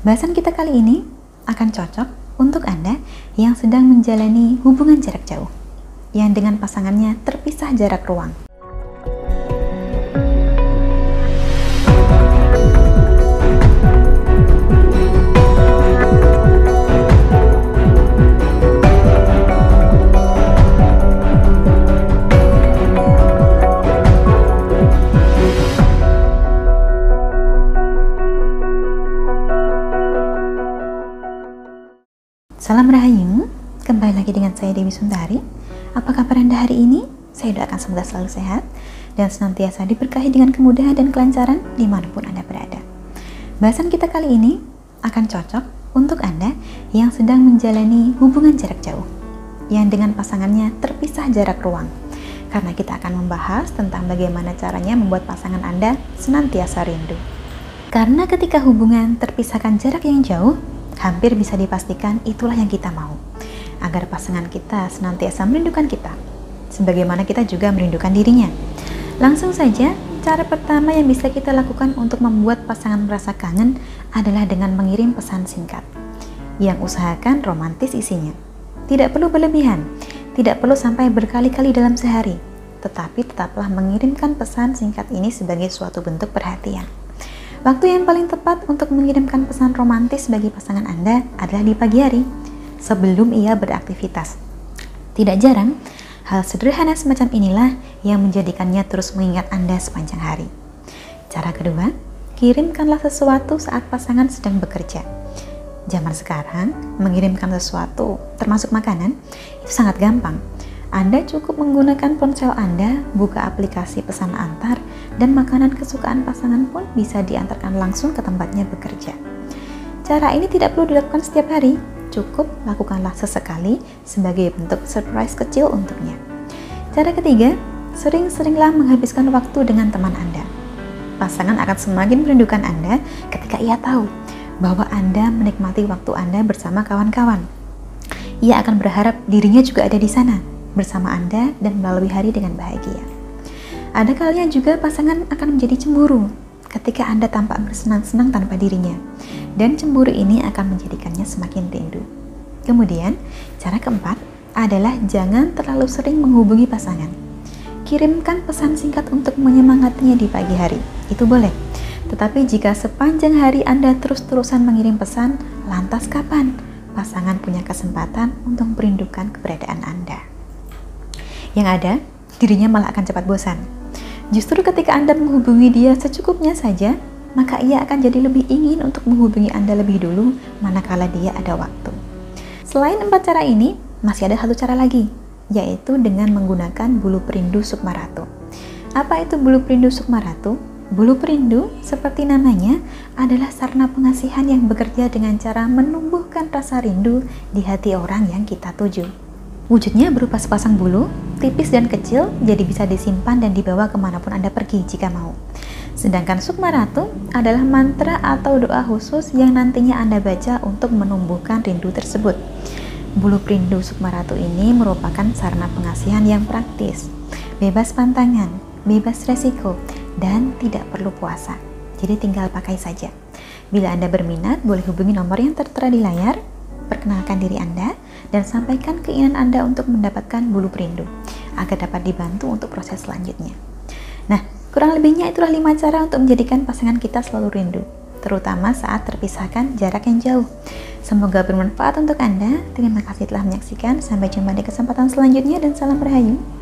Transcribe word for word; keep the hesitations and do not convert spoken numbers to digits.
Bahasan kita kali ini akan cocok untuk Anda yang sedang menjalani hubungan jarak jauh, yang dengan pasangannya terpisah jarak ruang. Salam Rahayu, kembali lagi dengan saya Dewi Sundari. Apa kabar Anda hari ini? Saya doakan semoga selalu sehat dan senantiasa diberkahi dengan kemudahan dan kelancaran dimanapun Anda berada. Bahasan kita kali ini akan cocok untuk Anda yang sedang menjalani hubungan jarak jauh, yang dengan pasangannya terpisah jarak ruang. Karena kita akan membahas tentang bagaimana caranya membuat pasangan Anda senantiasa rindu. Karena ketika hubungan terpisahkan jarak yang jauh, hampir bisa dipastikan itulah yang kita mau, agar pasangan kita senantiasa merindukan kita, sebagaimana kita juga merindukan dirinya. Langsung saja, cara pertama yang bisa kita lakukan untuk membuat pasangan merasa kangen adalah dengan mengirim pesan singkat, yang usahakan romantis isinya. Tidak perlu berlebihan, tidak perlu sampai berkali-kali dalam sehari, tetapi tetaplah mengirimkan pesan singkat ini sebagai suatu bentuk perhatian. Waktu yang paling tepat untuk mengirimkan pesan romantis bagi pasangan Anda adalah di pagi hari, sebelum ia beraktivitas. Tidak jarang, hal sederhana semacam inilah yang menjadikannya terus mengingat Anda sepanjang hari. Cara kedua, kirimkanlah sesuatu saat pasangan sedang bekerja. Zaman sekarang, mengirimkan sesuatu, termasuk makanan, itu sangat gampang. Anda cukup menggunakan ponsel Anda, buka aplikasi pesan antar, dan makanan kesukaan pasangan pun bisa diantarkan langsung ke tempatnya bekerja. Cara ini tidak perlu dilakukan setiap hari, cukup lakukanlah sesekali sebagai bentuk surprise kecil untuknya. Cara ketiga, sering-seringlah menghabiskan waktu dengan teman Anda. Pasangan akan semakin merindukan Anda ketika ia tahu bahwa Anda menikmati waktu Anda bersama kawan-kawan. Ia akan berharap dirinya juga ada di sana bersama Anda dan melalui hari dengan bahagia. Ada kalanya juga pasangan akan menjadi cemburu ketika Anda tampak bersenang-senang tanpa dirinya, dan cemburu ini akan menjadikannya semakin rindu. Kemudian, cara keempat adalah jangan terlalu sering menghubungi pasangan. Kirimkan pesan singkat untuk menyemangatinya di pagi hari, itu boleh. Tetapi jika sepanjang hari Anda terus-terusan mengirim pesan, lantas kapan pasangan punya kesempatan untuk merindukan keberadaan Anda? Yang ada, dirinya malah akan cepat bosan. Justru ketika Anda menghubungi dia secukupnya saja, maka ia akan jadi lebih ingin untuk menghubungi Anda lebih dulu manakala dia ada waktu. Selain empat cara ini, masih ada satu cara lagi, yaitu dengan menggunakan bulu perindu Sukma Ratu. Apa itu bulu perindu Sukma Ratu? Bulu perindu, seperti namanya, adalah sarana pengasihan yang bekerja dengan cara menumbuhkan rasa rindu di hati orang yang kita tuju. Wujudnya berupa sepasang bulu, tipis dan kecil, jadi bisa disimpan dan dibawa kemanapun Anda pergi jika mau. Sedangkan Sukma Ratu adalah mantra atau doa khusus yang nantinya Anda baca untuk menumbuhkan rindu tersebut. Bulu perindu Sukma Ratu ini merupakan sarana pengasihan yang praktis, bebas pantangan, bebas resiko, dan tidak perlu puasa. Jadi tinggal pakai saja. Bila Anda berminat, boleh hubungi nomor yang tertera di layar, perkenalkan diri Anda, dan sampaikan keinginan Anda untuk mendapatkan bulu perindu, agar dapat dibantu untuk proses selanjutnya. Nah, kurang lebihnya itulah lima cara untuk menjadikan pasangan kita selalu rindu, terutama saat terpisahkan jarak yang jauh. Semoga bermanfaat untuk Anda. Terima kasih telah menyaksikan. Sampai jumpa di kesempatan selanjutnya dan salam Rahayu.